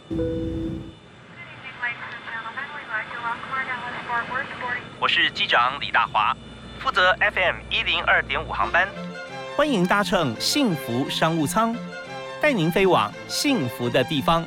我是机长李大华，负责 FM102.5航班，欢迎搭乘幸福商务舱，带您飞往幸福的地方。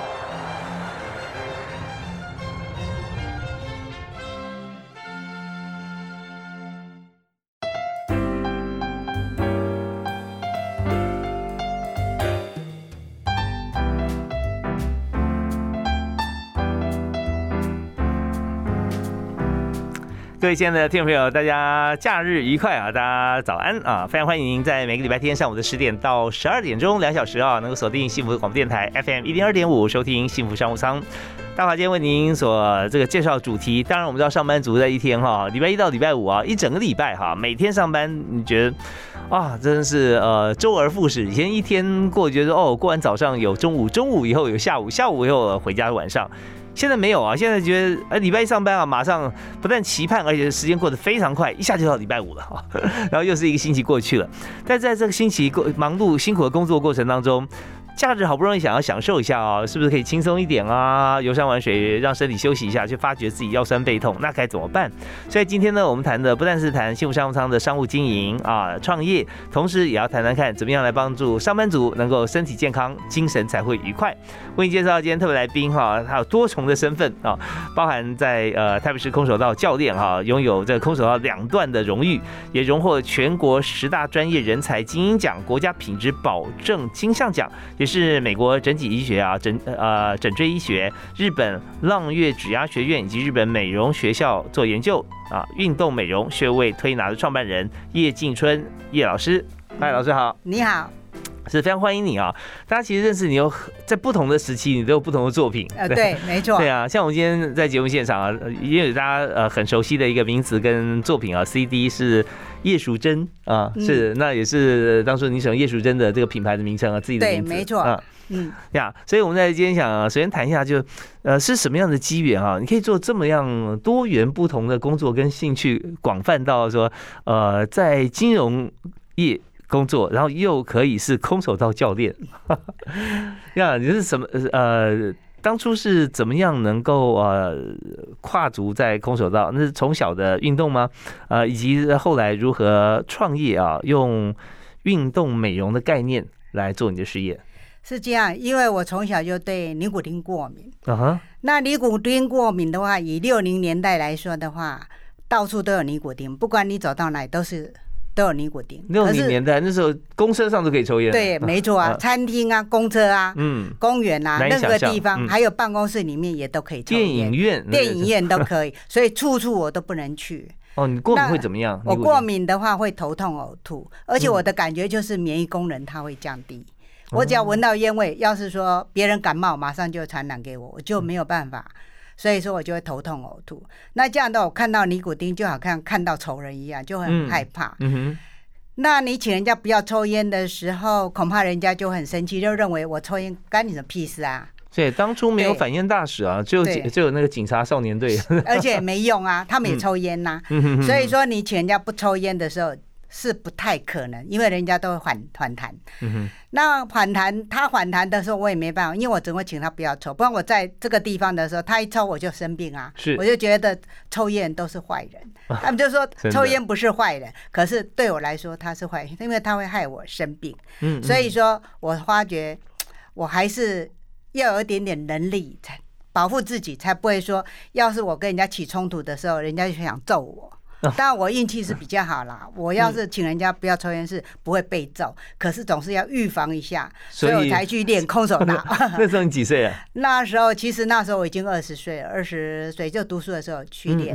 各位亲爱的听众朋友，大家假日愉快啊！大家早安啊！非常欢迎您在每个礼拜天上午的10点到12点钟2小时啊，能够锁定幸福广播电台 FM102.5，收听幸福商务舱。大华今天为您所这个介绍主题，当然我们知道上班族在一天哈，礼拜一到礼拜五啊，一整个礼拜哈，每天上班，你觉得啊，真的是周而复始。以前一天过，觉得哦，过完早上有中午，中午以后有下午，下午以后回家晚上。现在没有啊，现在觉得礼拜一上班啊，马上不但期盼，而且时间过得非常快，一下就到礼拜五了哈，然后又是一个星期过去了。但在这个星期忙碌辛苦的工作过程当中，假日好不容易想要享受一下啊，是不是可以轻松一点啊？游山玩水，让身体休息一下，却发觉自己腰酸背痛，那该怎么办？所以今天呢，我们谈的不但是谈幸福商务舱的商务经营啊、创业，同时也要谈谈看怎么样来帮助上班族能够身体健康，精神才会愉快。为你介绍今天特别来宾哈，他有多重的身份啊，包含在台北市空手道教练哈，拥有这个空手道2段的荣誉，也荣获全国10大专业人才精英奖、国家品质保证金像奖，也是美国整体医学啊、整椎医学、日本浪月指压学院以及日本美容学校做研究啊，运动美容穴位推拿的创办人叶静春叶老师。嗨，老师好。 你好。 是非常欢迎你啊！大家其实认识你有在不同的时期，你都有不同的作品。 对，没错。 对啊，像我们今天在节目现场啊，也有大家很熟悉的一个名词跟作品啊 ，CD 是叶淑珍啊，是那也是当初你使用叶淑珍的这个品牌的名称啊，自己的名字。 对，没错。 呀，所以我们在今天想首先谈一下，是什么样的机缘啊？你可以做这么样多元不同的工作跟兴趣，广泛到说在金融业工作，然后又可以是空手道教练，呀，你是什么当初是怎么样能够跨足在空手道？那是从小的运动吗？以及后来如何创业啊？用运动美容的概念来做你的事业？ 是这样，因为我从小就对尼古丁过敏。那尼古丁过敏的话，以60年代来说的话，到处都有尼古丁，不管你走到哪里都有尼古丁。 60年代那时候，公车上都可以抽烟。 对，没错啊，餐厅啊、公车啊、公园啊，任何地方，还有办公室里面也都可以抽烟。电影院都可以，所以处处我都不能去。 哦，你过敏会怎么样？ 我过敏的话会头痛、呕吐，而且我的感觉就是免疫功能它会降低。我只要闻到烟味，要是说别人感冒，马上就传染给我，我就没有办法。所以说我就会头痛呕吐。那这样的我看到尼古丁就好像看到仇人一样，就很害怕。那你請人家不要抽烟的时候，恐怕人家就很生气，就认为我抽烟干你什么屁事啊？ 所以当初没有反烟大使啊，只有那个警察少年队， 而且没用啊，他们也抽烟呐。所以说你请人家不抽烟的时候是不太可能，因为人家都会反弹。那他反弹的时候，我也没办法，因为我只会请他不要抽，不然我在这个地方的时候，他一抽我就生病啊。我就觉得抽烟都是坏人，他们就说抽烟不是坏人，可是对我来说他是坏人，因为他会害我生病。所以说我发觉我还是要有一点点能力，才保护自己，才不会说，要是我跟人家起冲突的时候，人家就想揍我。当然我运气是比较好啦，我要是请人家不要抽烟是不会被揍，可是总是要预防一下，所以我才去练空手道。 那时候你几岁啊？ 其实那时候我已经20岁了，20岁就读书的时候去练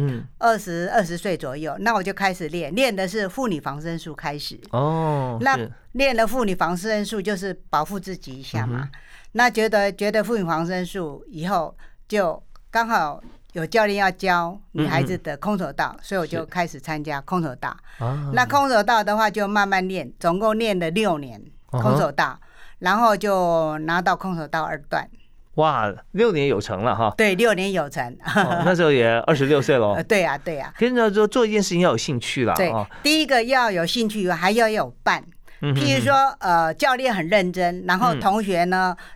，20岁左右，那我就开始练的是妇女防身术开始。那练了妇女防身术就是保护自己一下嘛。那觉得妇女防身术以后就刚好有教练要教女孩子的空手道，所以我就开始参加空手道。那空手道的话就慢慢练，总共练了6年空手道，然后就拿到空手道2段。 哇，6年有成了哈！ 对，6年有成。 那时候也26岁了。 对啊，对啊。 跟着说做一件事情要有兴趣啦。 对，第一个要有兴趣，还要有伴。譬如说，教练很认真，然后同学呢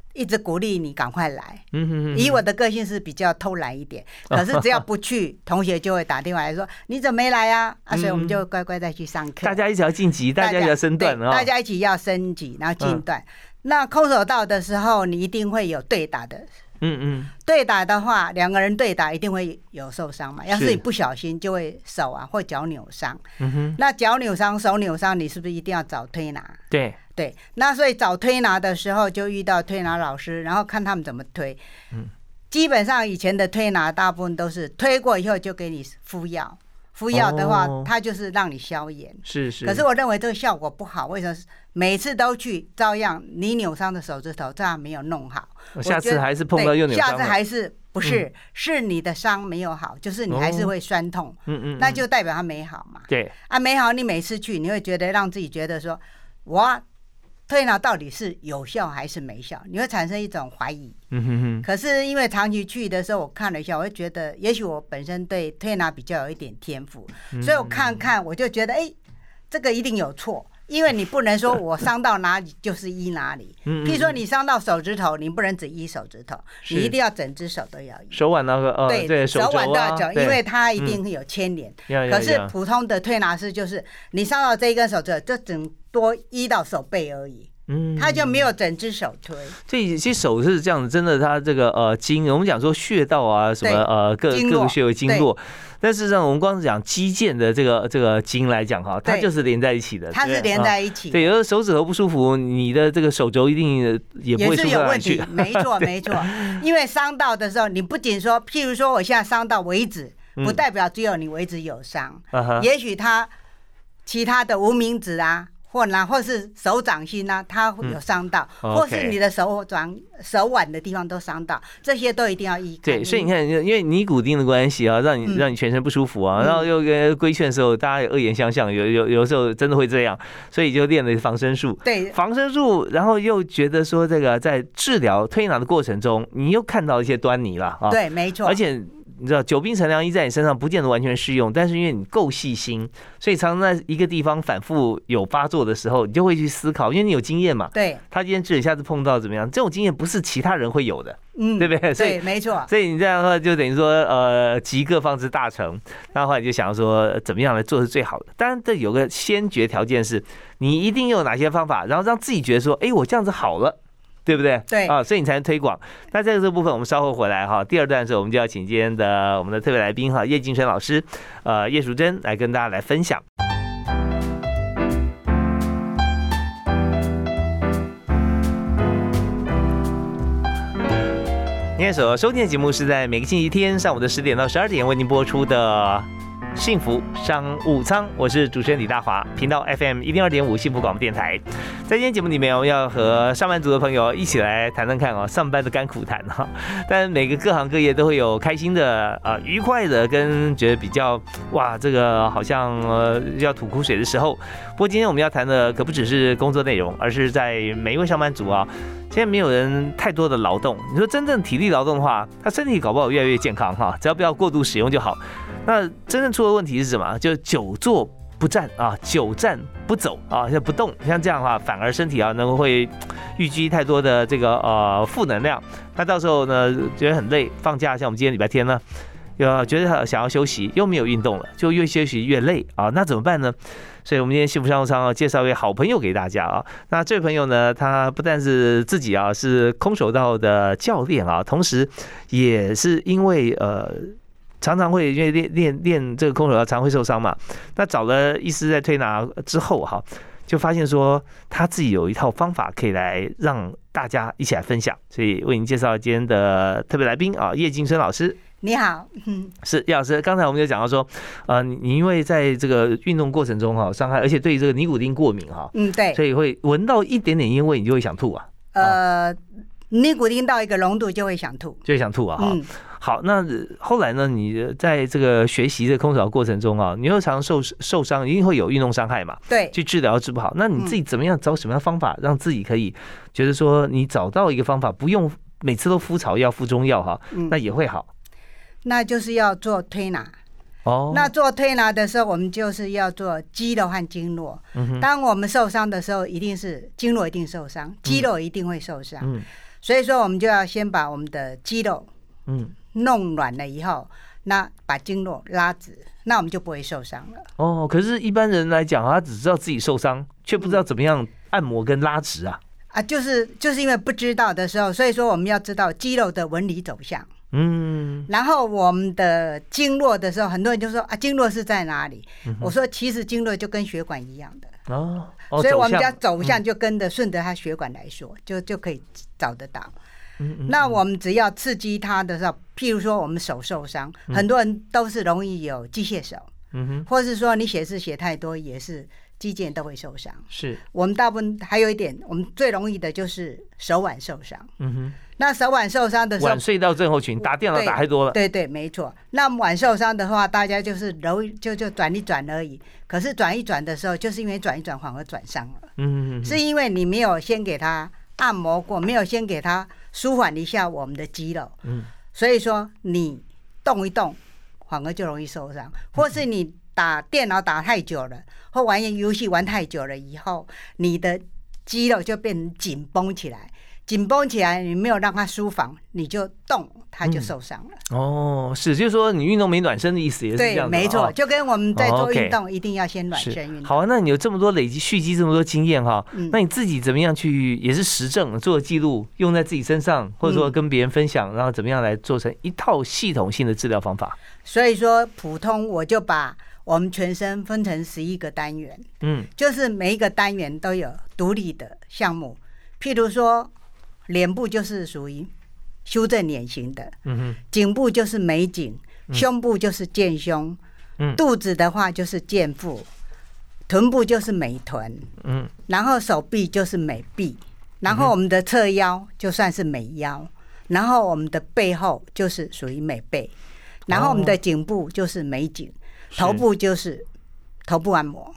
一直鼓励你赶快来。以我的个性是比较偷懒一点，可是只要不去，同学就会打电话来说你怎么没来啊？所以我们就乖乖再去上课。 大家一起要晋级，大家要升段大家一起要升级，然后进段。那空手道的时候，你一定会有对打的。对打的话，两个人对打一定会有受伤嘛。要是你不小心，就会手啊或脚扭伤。那脚扭伤、手扭伤，你是不是一定要找推拿？ 对， 那所以找推拿的时候，就遇到推拿老师，然后看他们怎么推。基本上以前的推拿大部分都是推过以后就给你敷药。敷药的话，它就是让你消炎。 是。 可是我认为这个效果不好，为什么？每次都去，照样你扭伤的手指头照样没有弄好。 下次还是碰到又扭伤了。 下次还是不是？是你的伤没有好，就是你还是会酸痛。那就代表它没好嘛。 对。 没好，你每次去，你会觉得让自己觉得说，我推拿到底是有效还是没效？你会产生一种怀疑。可是因为长期去的时候，我看了一下，我会觉得，也许我本身对推拿比较有一点天赋，所以我看，我就觉得，这个一定有错。因为你不能说我伤到哪里就是医哪里，譬如说你伤到手指头，你不能只医手指头，你一定要整只手都要医。 手腕那个对， 手腕都要整，因为它一定会有牵连。可是普通的推拿师就是你伤到这一根手指头，就只多医到手背而已。他就没有整只手推， 所以其实手是这样子，真的，它这个经，我们讲说穴道啊，什么各个穴位经络，但事实上我们光是讲肌腱的这个经来讲哈，它就是连在一起的， 它是连在一起。 对，有的手指头不舒服，你的这个手肘一定也不会舒服下去。 没错，因为伤到的时候，你不仅说，譬如说我现在伤到尾指，不代表只有你尾指有伤，也许它其他的无名指啊。或是手掌心啊，它有伤到，或是你的手腕的地方都伤到，这些都一定要医。 对，所以你看，因为尼古丁的关系啊，让你全身不舒服啊，然后又跟规劝的时候，大家有恶言相向，有时候真的会这样，所以就练了防身术。 对， 防身术，然后又觉得说这个在治疗推拿的过程中，你又看到一些端倪了啊。 对，没错， 而且。你知道久病成良医在你身上不见得完全适用，但是因为你够细心，所以常常在一个地方反复有发作的时候，你就会去思考，因为你有经验嘛。 对， 他今天治，下次碰到怎么样？这种经验不是其他人会有的，对不对？ 对，没错。 所以你这样的话，就等于说，集各方之大成。那后来就想说，怎么样来做是最好的？当然，这有个先决条件是，你一定有哪些方法，然后让自己觉得说，我这样子好了。对不对？ 对啊，所以你才能推广。那在这个部分，我们稍后回来哈。第二段的时候，我们就要请今天的我们的特别来宾哈，叶金春老师，叶淑珍来跟大家来分享。今天所收听的节目是在每个星期天上午的10点到12点为您播出的幸福商务舱，我是主持人李大华，频道 FM 102.5幸福广播电台。在今天节目里面，我们要和上班族的朋友一起来谈谈看哦，上班的甘苦谈哈。但每个各行各业都会有开心的、愉快的，跟觉得比较哇，这个好像要吐苦水的时候。不过今天我们要谈的可不只是工作内容，而是在每一位上班族啊。现在没有人太多的劳动，你说真正体力劳动的话，他身体搞不好越来越健康哈，只要不要过度使用就好。那真正出的问题是什么？就久坐不站啊，久站不走啊，像不动，像这样的话，反而身体啊能够会淤积太多的这个负能量。那到时候呢，觉得很累，放假像我们今天礼拜天呢，觉得想要休息，又没有运动了，就越休息越累啊，那怎么办呢？所以我们今天幸福商务舱介绍一位好朋友给大家啊。那这位朋友呢，他不但是自己啊是空手道的教练啊，同时也是因为常常会因为练这个空手道常会受伤嘛，那找了医师在推拿之后哈，就发现说他自己有一套方法可以来让大家一起来分享，所以为您介绍今天的特别来宾啊，叶金春老师。 你好， 是叶老师。刚才我们就讲到说，你因为在这个运动过程中哈伤害，而且对这个尼古丁过敏哈， 对， 所以会闻到一点点烟味，你就会想吐啊。 尼古丁到一个浓度就会想吐， 哈。好，那后来呢？你在这个学习的空手道过程中啊，你又常受伤，一定会有运动伤害嘛？ 对， 去治疗治不好，那你自己怎么样找什么样的方法，让自己可以觉得说你找到一个方法，不用每次都敷草药、敷中药哈，那也会好。 那就是要做推拿。那做推拿的时候，我们就是要做肌肉和经络。当我们受伤的时候，一定是经络一定受伤，肌肉一定会受伤。 所以说我们就要先把我们的肌肉弄软了以后，那把经络拉直，那我们就不会受伤了。 哦，可是一般人来讲，他只知道自己受伤，却不知道怎么样按摩跟拉直啊。 就是因为不知道的时候，所以说我们要知道肌肉的纹理走向。然后我们的经络的时候，很多人就说经络是在哪里？我说其实经络就跟血管一样的。所以我们家走向就跟着顺着它血管来说，就可以找得到。那我们只要刺激它的时候，譬如说我们手受伤，很多人都是容易有机械手，或是说你写字写太多也是肌腱都会受伤。是我们大部分还有一点，我们最容易的就是手腕受伤。那手腕受伤的时候， 腕隧道症候群，打电脑打太多了。 对，没错。那腕受伤的话，大家就是就转一转而已。可是转一转的时候，就是因为转一转反而转伤了。是因为你没有先给他按摩过，没有先给他舒缓一下我们的肌肉。所以说你动一动，反而就容易受伤，或是你打电脑打太久了，或玩游戏玩太久了以后，你的肌肉就变成紧绷起来。紧绷起来，你没有让它舒缓，你就动，它就受伤了。 是，就是说你运动没暖身的意思，也是这样子。 对，没错，就跟我们在做运动，一定要先暖身运动。 好啊，那你有这么多累积、蓄积这么多经验哈，那你自己怎么样去也是实证做记录，用在自己身上，或者说跟别人分享，然后怎么样来做成一套系统性的治疗方法？ 所以说，普通我就把我们全身分成11个单元，就是每一个单元都有独立的项目，譬如说。脸部就是属于修正脸型的，颈部就是美颈，胸部就是健胸，肚子的话就是健腹，臀部就是美臀，然后手臂就是美臂，然后我们的侧腰就算是美腰，然后我们的背后就是属于美背，然后我们的颈部就是美颈，头部就是头部按摩。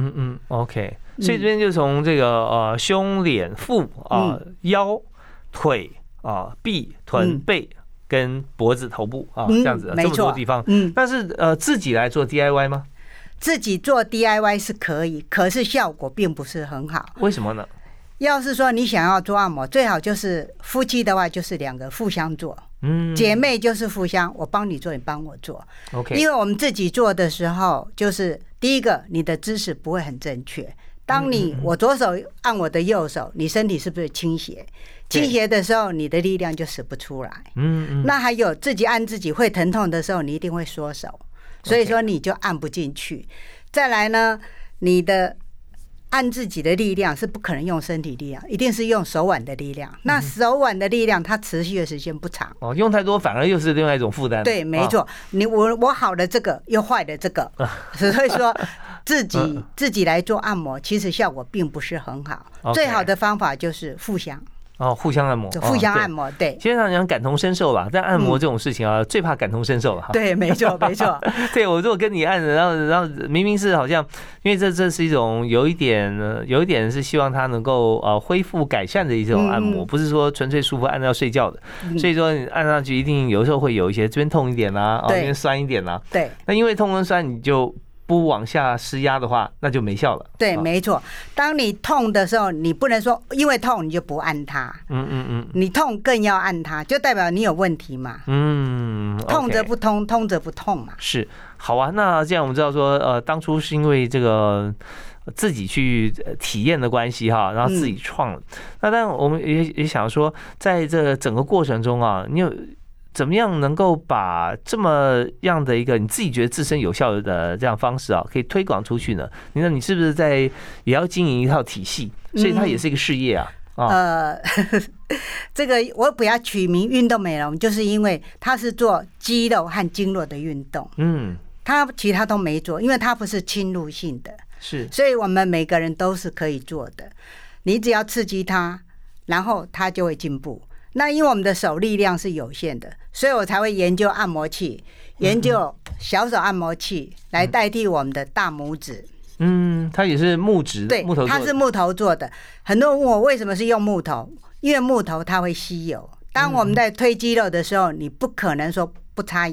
OK， 所以这边就从这个胸、脸、腹腰。腿臂、臀、背跟脖子、头部这样子，这么多地方。但是自己来做 DIY 吗？ 自己做 DIY 是可以，可是效果并不是很好。 为什么呢？ 要是说你想要做按摩，最好就是夫妻的话，就是2个互相做。姐妹就是互相，我帮你做，你帮我做。OK， 因为我们自己做的时候，就是第一个，你的姿势不会很正确。当我左手按我的右手，你身体是不是倾斜？倾斜的时候，你的力量就使不出来。那还有自己按自己会疼痛的时候，你一定会缩手，所以说你就按不进去。再来呢，你的按自己的力量是不可能用身体力量，一定是用手腕的力量。那手腕的力量它持续的时间不长。 用太多反而又是另外一种负担。 对，没错。我好了这个，又坏了这个，所以说自己来做按摩，其实效果并不是很好。最好的方法就是互相。 互相按摩， 互相按摩，对。 基本上讲感同身受吧，但按摩这种事情最怕感同身受了。 对，没错，没错。 对，我如果跟你按，然后明明是好像，因为这是一种有一点是希望它能够恢复改善的一种按摩，不是说纯粹舒服按到睡觉的。所以说你按上去一定有时候会有一些这边痛一点啦，这边酸一点啦。对。那因为痛跟酸，你就不往下施压的话，那就没效了。 对，没错。当你痛的时候，你不能说因为痛你就不按它。你痛更要按它，就代表你有问题嘛。痛则不通，通则不痛嘛。是， 好啊。那这样我们知道说，当初是因为这个自己去体验的关系哈，然后自己创了。那但我们也想说，在这整个过程中啊，你有怎么样能够把这么样的一个你自己觉得自身有效的这样方式可以推广出去呢？你是不是也要经营一套体系？所以它也是一个事业啊。 这个我不要取名运动美容，就是因为它是做肌肉和经络的运动。它其他都没做，因为它不是侵入性的，所以我们每个人都是可以做的。你只要刺激它，然后它就会进步。那因为我们的手力量是有限的，所以我才会研究按摩器，研究小手按摩器来代替我们的大拇指。 它也是木质的，对， 它是木头做的。很多人问我为什么是用木头，因为木头它会吸油。当我们在推肌肉的时候，你不可能说不擦油，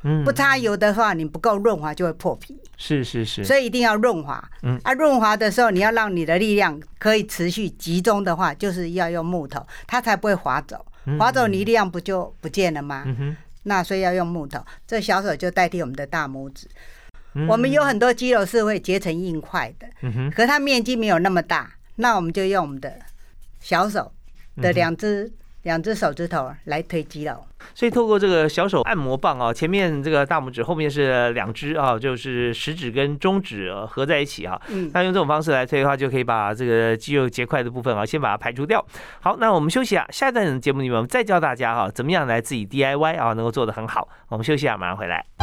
不擦油的话，你不够润滑就会破皮。 是是是， 所以一定要润滑。润滑的时候，你要让你的力量可以持续集中的话，就是要用木头，它才不会滑走。滑走你力量不就不见了吗？那所以要用木头。这小手就代替我们的大拇指。我们有很多肌肉是会结成硬块的，可它面积没有那么大，那我们就用我们的小手的两只手指头来推肌肉。 所以透过这个小手按摩棒啊，前面这个大拇指，后面是2只啊，就是食指跟中指合在一起啊。那用这种方式来推的话，就可以把这个肌肉结块的部分啊，先把它排除掉。好，那我们休息啊，下一段节目里面我们再教大家哈，怎么样来自己 DIY 啊，能够做得很好。我们休息啊，马上回来。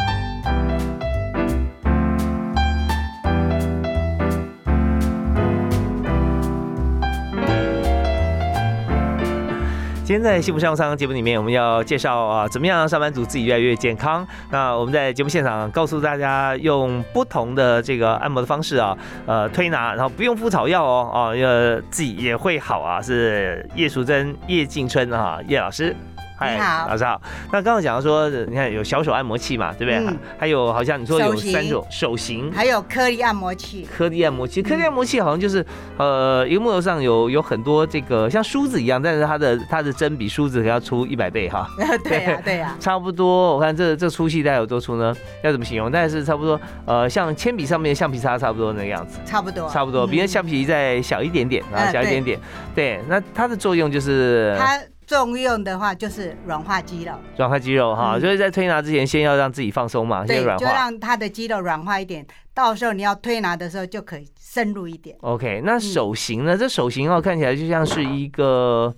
今天在幸福商务舱节目里面，我们要介绍啊，怎么样让上班族自己越来越健康。那我们在节目现场告诉大家，用不同的这个按摩的方式啊，推拿，然后不用敷草药哦，自己也会好啊。是叶淑珍、叶静春啊，叶老师。 你好， 老师好。那刚刚讲到说，你看有小手按摩器嘛，对不对？还有好像你说有3种手型， 还有颗粒按摩器。颗粒按摩器好像就是一个木头上有很多这个像梳子一样，但是它的针比梳子还要粗100倍哈。 对呀， 差不多。我看这粗细大概有多粗呢？要怎么形容？大概是差不多像铅笔上面的橡皮擦差不多那个样子。 差不多， 比那橡皮再小一点点啊，小一点点。对，那它的作用就是它。重用的话就是软化肌肉哈，所以在推拿之前先要让自己放松嘛，先软化， 就让它的肌肉软化一点，到时候你要推拿的时候就可以深入一点。 OK， 那手型呢？这手型看起来就像是一个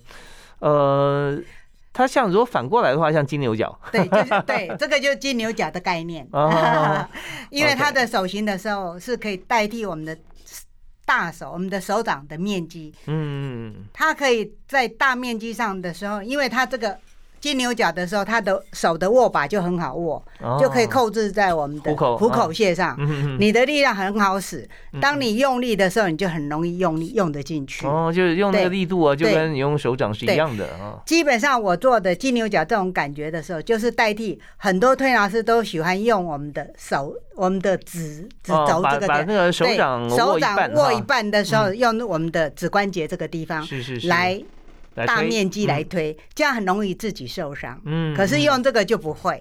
它像如果反过来的话，像金牛角。 对，这个就是金牛角的概念。因为它的手型的时候是可以代替我们的大手，我们的手掌的面积，它可以在大面积上的时候，因为它这个金牛角的时候，它的手的握把就很好握，就可以扣制在我们的虎口穴上，你的力量很好使。当你用力的时候，你就很容易用得进去。 就是用那个力度啊，就跟你用手掌是一样的啊。 基本上我做的金牛角这种感觉的时候，就是代替很多推拿师都喜欢用我们的手，我们的指轴这个把那个手掌握一半的时候，用我们的指关节这个地方来大面积来推，这样很容易自己受伤。可是用这个就不会。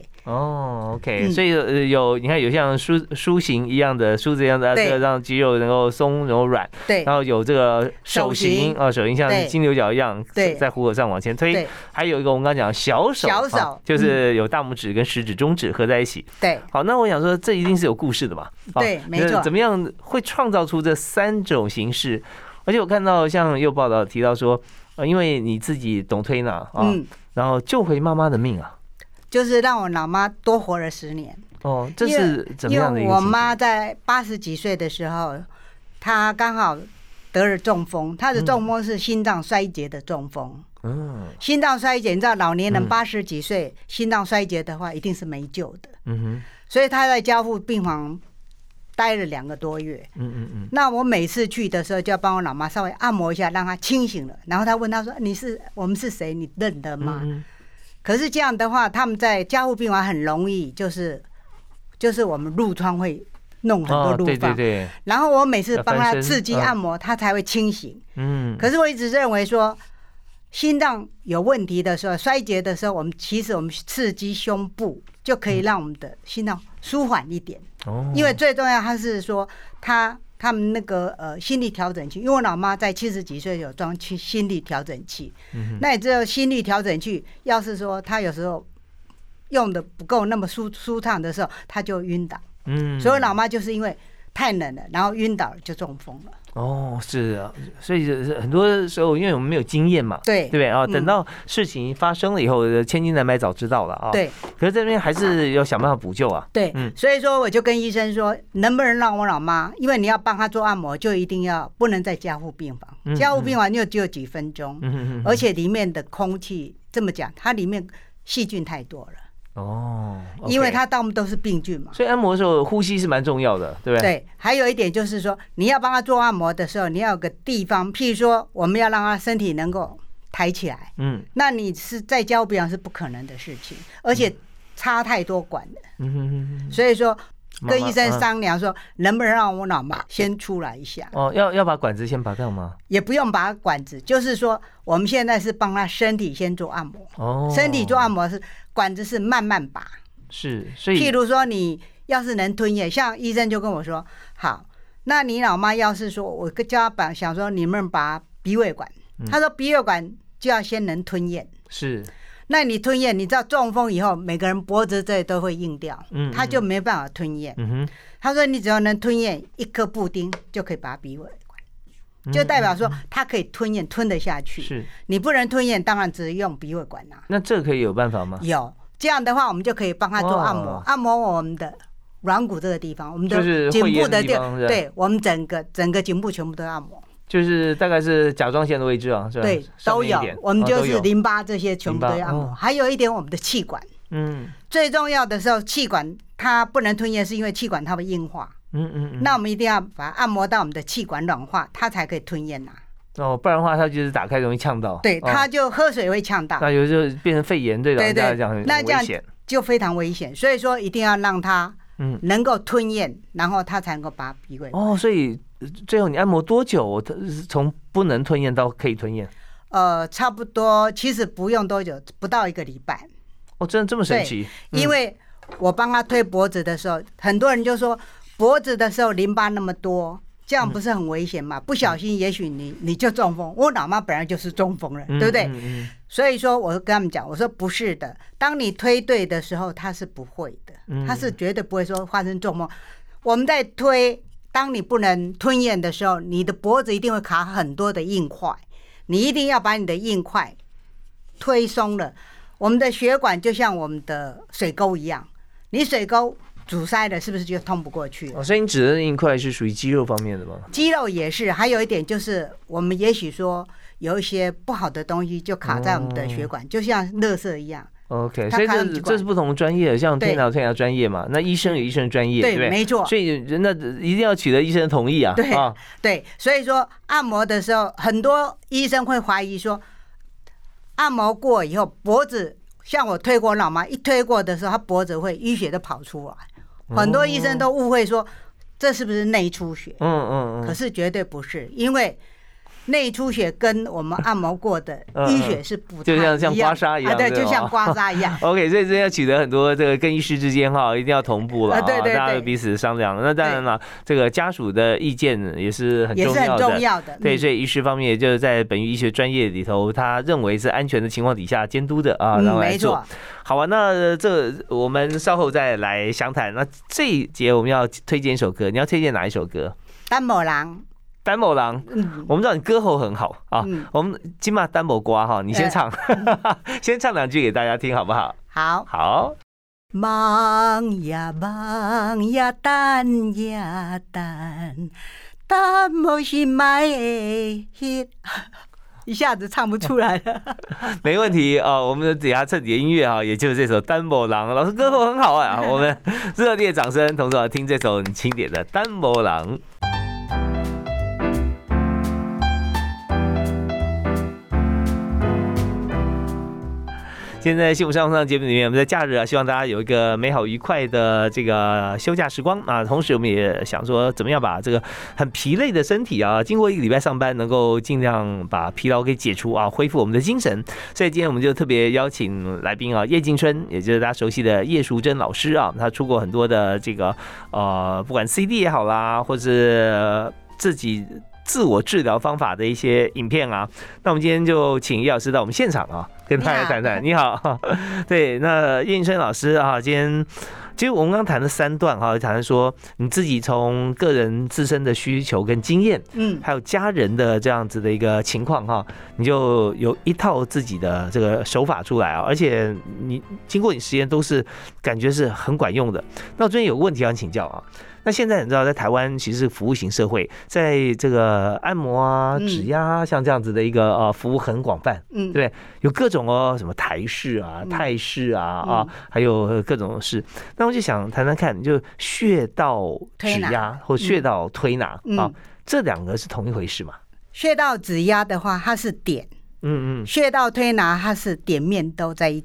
OK， 所以你看有像梳形一样的梳子一样的，这个让肌肉能够松然后软。对，然后有这个手型手型像金牛角一样，在虎口上往前推。还有一个我们刚刚讲小手，就是有大拇指跟食指、中指合在一起。对，好，那我想说这一定是有故事的嘛？ 对，没错。 怎么样会创造出这3种形式？而且我看到像有报道提到说，因为你自己懂推拿啊，然后救回妈妈的命啊， 就是让我老妈多活了10年。 这是怎么样的一个情形？因为我妈在80几岁的时候，她刚好得了中风，她的中风是心脏衰竭的中风。心脏衰竭，你知道老年人80几岁心脏衰竭的话，一定是没救的。所以她在加护病房待了2个多月。那我每次去的时候，就要帮我老妈稍微按摩一下，让她清醒了。然后她问她说：“我们是谁？你认得吗？”可是这样的话，他们在加护病房很容易，就是我们褥疮会弄很多褥疮。对。然后我每次帮她刺激按摩，她才会清醒。可是我一直认为说，心脏有问题的时候，衰竭的时候，我们刺激胸部就可以让我们的心脏舒缓一点。因为最重要，他是说他们那个心率调整器，因为我老妈在70几岁有装心率调整器。那你知道心率调整器，要是说他有时候用的不够那么舒畅的时候，他就晕倒。所以我老妈就是因为太冷了，然后晕倒了就中风了。 是啊，所以很多时候因为我们没有经验嘛，对不对啊？等到事情发生了以后，千金难买早知道了啊。对，可是这边还是要想办法补救啊。 对，所以说我就跟医生说，能不能让我老妈，因为你要帮她做按摩，就一定要不能在加护病房，加护病房就只有几分钟，而且里面的空气这么讲，它里面细菌太多了。因为它大部分都是病菌嘛， 所以按摩的时候呼吸是蛮重要的，对不对？ 对，还有一点就是说，你要帮他做按摩的时候，你要有个地方，譬如说，我们要让他身体能够抬起来，那你是在加护病房是不可能的事情，而且插太多管了。所以说跟医生商量说，能不能让我老妈先出来一下？ 要把管子先拔掉吗？ 也不用拔管子，就是说我们现在是帮她身体先做按摩。身体做按摩是管子是慢慢拔。 是，所以譬如说你要是能吞咽，像医生就跟我说，好，那你老妈要是说我叫她想说你们拔鼻胃管，他说鼻胃管就要先能吞咽。 是。 那你吞咽，你知道中风以后每个人脖子这里都会硬掉，他就没办法吞咽。他说你只要能吞咽一颗布丁就可以拔鼻胃管，就代表说他可以吞咽吞得下去。是，你不能吞咽，当然只用鼻胃管啦。 那这个可以有办法吗？ 有，这样的话我们就可以帮他做按摩，按摩我们的软骨这个地方，我们的颈部的地方，对，我们整个颈部全部都按摩。 就是大概是甲状腺的位置啊，是吧？ 对，都有。我们就是淋巴这些全部都要按摩，还有一点我们的气管。最重要的时候，气管它不能吞咽，是因为气管它会硬化。那我们一定要把它按摩到我们的气管软化，它才可以吞咽呐。 不然的话它就是打开容易呛到。 对，它就喝水会呛到。 那有时候变成肺炎，对老人家来讲很危险。 那这样就非常危险，所以说一定要让它能够吞咽，然后它才能够拔鼻胃。 所以。最后你按摩多久？从不能吞咽到可以吞咽？ 差不多，其实不用多久，不到1个礼拜。 真的这么神奇？ 因为我帮他推脖子的时候，很多人就说脖子的时候淋巴那么多，这样不是很危险吗？不小心也许你就中风。我老妈本来就是中风了，对不对？所以说我跟他们讲，我说不是的，当你推对的时候，他是不会的，他是绝对不会说发生中风。我们在推。当你不能吞咽的时候，你的脖子一定会卡很多的硬块，你一定要把你的硬块推松了。我们的血管就像我们的水沟一样，你水沟阻塞了，是不是就通不过去了？ 所以你指的硬块是属于肌肉方面的吗？ 肌肉也是，还有一点就是我们也许说有一些不好的东西就卡在我们的血管，就像垃圾一样。 OK， 所以这是不同的专业，像推拿专业嘛，那医生有医生专业，对不对？ 没错。 所以那一定要取得医生的同意啊。 对，所以说按摩的时候，很多医生会怀疑说，按摩过以后脖子，像我推过老妈，一推过的时候，他脖子会淤血都跑出来，很多医生都误会说这是不是内出血？可是绝对不是，因为内出血跟我们按摩过的淤血是不太一样， 就像刮痧一样， 对，就像刮痧一样。 OK， 所以这要取得很多这个跟医师之间一定要同步了， 对， 大家彼此商量。那当然了，这个家属的意见也是很重要的，对，所以医师方面也就是在本医学专业里头，他认为是安全的情况底下监督的然后来做。好啊，那这我们稍后再来详谈。那这一节我们要推荐一首歌，你要推荐哪一首歌？ 单某郎。 单某郎，我们知道你歌喉很好啊，我们今嘛单某瓜你先唱，先唱2句给大家听好不好？ 好。忙呀忙呀等呀等，单某是买的，一下子唱不出来了。 没问题我们底下衬底的音乐也就是这首单某郎，老师歌喉很好我们热烈掌声，同时听这首很经典的单某郎。现在幸福商务舱节目里面，我们在假日希望大家有一个美好愉快的这个休假时光同时我们也想说，怎么样把这个很疲累的身体经过1个礼拜上班，能够尽量把疲劳给解除恢复我们的精神。所以今天我们就特别邀请来宾叶静春，也就是大家熟悉的叶淑珍老师他出过很多的这个不管 CD 也好啦，或是自己自我治疗方法的一些影片那我们今天就请叶老师到我们现场跟大家谈谈。你好，对，那叶静春老师今天其实我们刚谈了3段谈说你自己从个人自身的需求跟经验，还有家人的这样子的一个情况你就有一套自己的这个手法出来而且你经过你实验都是感觉是很管用的。那我最近有个问题要请教那现在你知道，在台湾其实是服务型社会，在这个按摩指压像这样子的一个服务很广泛，对，有各种什么台式泰式还有各种式。那我就想谈谈看，就穴道指压或穴道推拿这2个是同一回事吗？ 穴道指压的话，它是点，穴道推拿它是点面都在一起。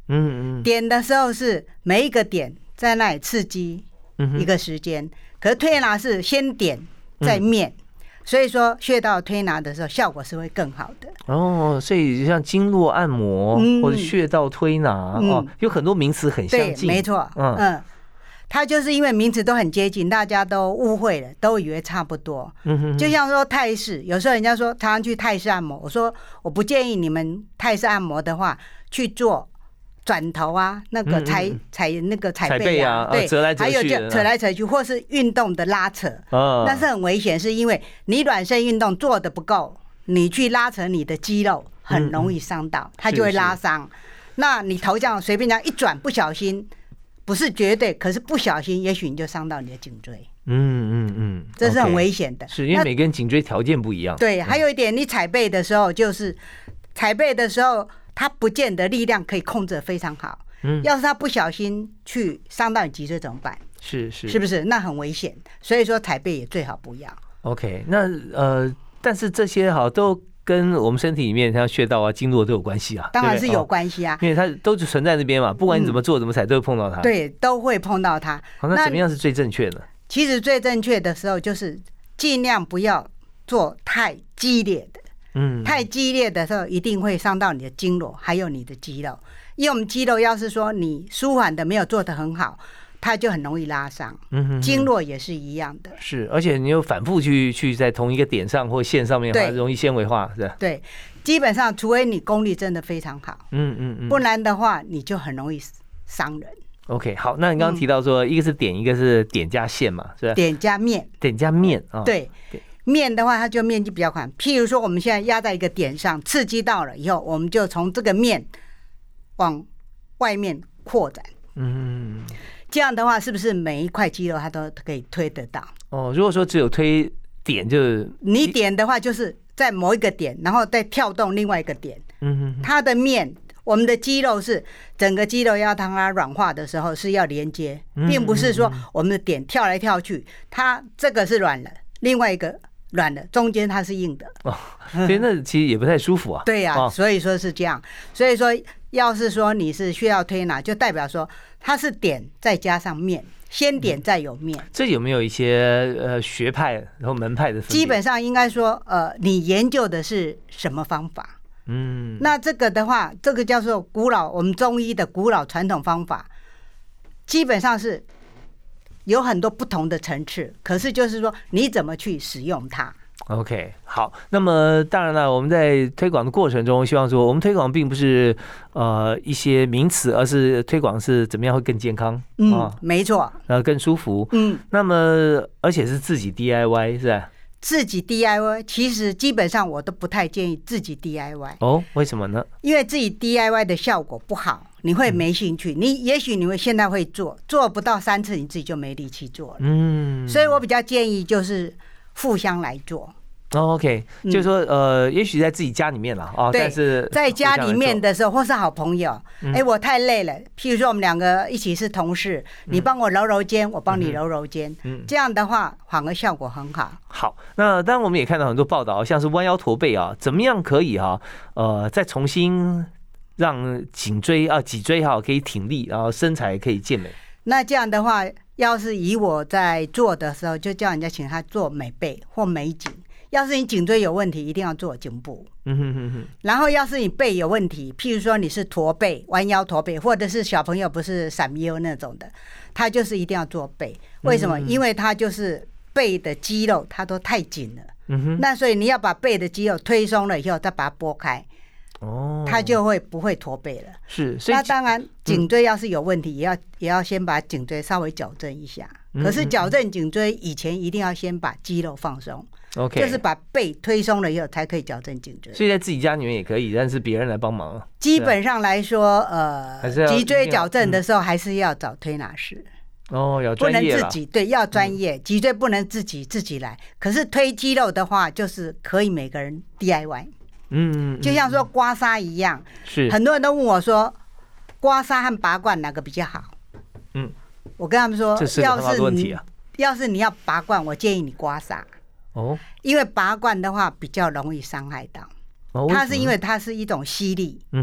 点的时候是每一个点在那里刺激一个时间，可是推拿是先点再面，所以说穴道推拿的时候效果是会更好的。 哦，所以像经络按摩或者穴道推拿有很多名词很相近。 对，没错。它就是因为名词都很接近，大家都误会了，都以为差不多。就像说泰式，有时候人家说常常去泰式按摩，我说我不建议你们泰式按摩的话去做转头啊，那个踩背啊，对， 折来折去， 还有就扯来扯去，或是运动的拉扯，那是很危险，是因为你暖身运动做的不够，你去拉扯你的肌肉，很容易伤到，它就会拉伤。那你头这样随便这样一转，不小心。不是绝对，可是不小心，也许你就伤到你的颈椎。这是很危险的。 是因为每个人颈椎条件不一样。 对，还有一点，你踩背的时候，就是踩背的时候，它不见得力量可以控制得非常好。要是它不小心去伤到你脊椎怎么办？是不是？那很危险。所以说踩背也最好不要。 OK， 那但是这些都跟我们身体里面像穴道啊、经络都有关系啊， 当然是有关系啊， 因为它都是存在那边嘛，不管你怎么做、怎么踩，都会碰到它。 对，都会碰到它。 好，那怎么样是最正确的？ 其实最正确的时候就是尽量不要做太激烈的。太激烈的时候一定会伤到你的经络，还有你的肌肉。因为我们肌肉要是说你舒缓的没有做得很好，它就很容易拉伤。经络也是一样的。 是，而且你又反复去在同一个点上或线上面，它容易纤维化，是吧？ 对，基本上除非你功力真的非常好，不然的话你就很容易伤人。 OK， 好，那你刚刚提到说，一个是点，一个是点加线嘛，是吧？ 点加面， 点加面啊。 对，面的话它就面积比较宽。譬如说我们现在压在一个点上，刺激到了以后，我们就从这个面往外面扩展。这样的话，是不是每一块肌肉它都可以推得到？ 如果说只有推点，就是你点的话，就是在某一个点，然后再跳动另外一个点。它的面，我们的肌肉是整个肌肉要当它软化的时候是要连接，并不是说我们的点跳来跳去，它这个是软了，另外一个软的，中间它是硬的。 所以那其实也不太舒服啊。 对呀，所以说是这样。所以说，要是说你是需要推拿，就代表说它是点再加上面，先点再有面。 这有没有一些学派然后门派的分别？ 基本上应该说，你研究的是什么方法？那这个的话，这个叫做古老，我们中医的古老传统方法，基本上是有很多不同的层次，可是就是说你怎么去使用它。 OK， 好，那么当然了，我们在推广的过程中，希望说我们推广并不是一些名词，而是推广是怎么样会更健康。 没错， 更舒服。那么而且是自己 DIY 是吧？ 自己 DIY 其实基本上我都不太建议自己 DIY。 为什么呢？ 因为自己 DIY 的效果不好，你会没兴趣。也许你会现在会做不到3次，你自己就没力气做了。所以我比较建议就是互相来做。 OK， 就是说也许在自己家里面了但是在家里面的时候，或是好朋友，我太累了，譬如说我们2个一起是同事，你帮我揉揉肩，我帮你揉揉肩，这样的话反而效果很好。 好，那当然我们也看到很多报道，像是弯腰驼背怎么样可以再重新让颈椎可以挺立，然后身材可以健美。 那这样的话，要是以我在做的时候，就叫人家请他做美背或美颈。要是你颈椎有问题，一定要做颈部。然后要是你背有问题，譬如说你是驼背、弯腰驼背，或者是小朋友不是闪腰那种的，他就是一定要做背。为什么？因为他就是背的肌肉它都太紧了。那所以你要把背的肌肉推松了以后，再把它拨开。它就不会驼背了。 是，所以那当然颈椎要是有问题，也要先把颈椎稍微矫正一下。可是矫正颈椎以前一定要先把肌肉放松。 OK， 就是把背推松了以后才可以矫正颈椎。 所以在自己家里面也可以，但是别人来帮忙。 基本上来说，脊椎矫正的时候还是要找推拿师。 要专业啦， 不能自己，对，要专业。脊椎不能自己来。可是推肌肉的话，就是可以每个人 DIY。就像说刮痧一样，是很多人都问我说，刮痧和拔罐哪个比较好？我跟他们说，要是你要拔罐，我建议你刮痧。因为拔罐的话比较容易伤害到。它是因为它是一种吸力。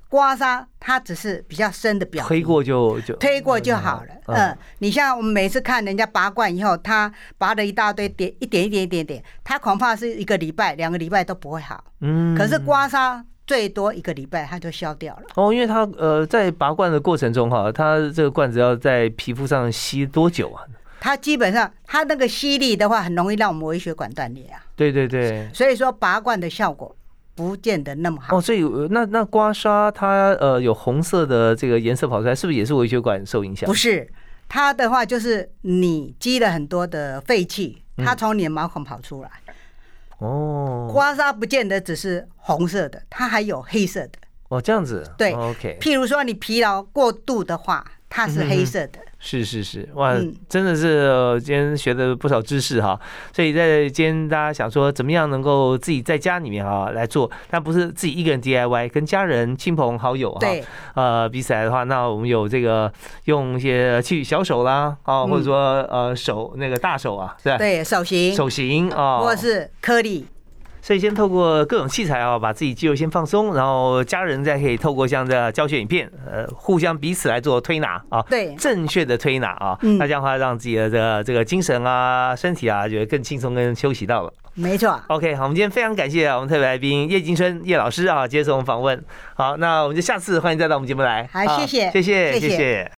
刮痧它只是比较深的表皮， 推过推过就好了。你像我们每次看人家拔罐以后，他拔了一大堆一点，他恐怕是1个礼拜、2个礼拜都不会好。可是刮痧最多1个礼拜它就消掉了。 因为它在拔罐的过程中哈，它这个罐子要在皮肤上吸多久啊？ 它基本上它那个吸力的话，很容易让我们微血管断裂啊。 对。 所以说拔罐的效果不见得那么好。 所以那刮痧它有红色的这个颜色跑出来，是不是也是微血管受影响？ 不是，它的话就是你积了很多的废气，它从你的毛孔跑出来。刮痧不见得只是红色的，它还有黑色的。 这样子。 对。 OK。 譬如说你疲劳过度的话，它是黑色的。 是，哇，真的是今天学的不少知识哈，所以在今天大家想说怎么样能够自己在家里面来做，但不是自己一个人 DIY， 跟家人、亲朋好友哈，比起来的话，那我们有这个用一些去小手啦或者说手那个大手啊，是吧？ 对，手型或者是颗粒。 所以先透过各种器材把自己肌肉先放松，然后家人再可以透过像这样教学影片，互相彼此来做推拿对， 正确的推拿那这样的话让自己的这个精神身体觉得更轻松、更休息到了。 没错。 OK， 好，我们今天非常感谢我们特别来宾叶金春叶老师接受我们访问。好，那我们就下次欢迎再到我们节目来。 好，谢谢。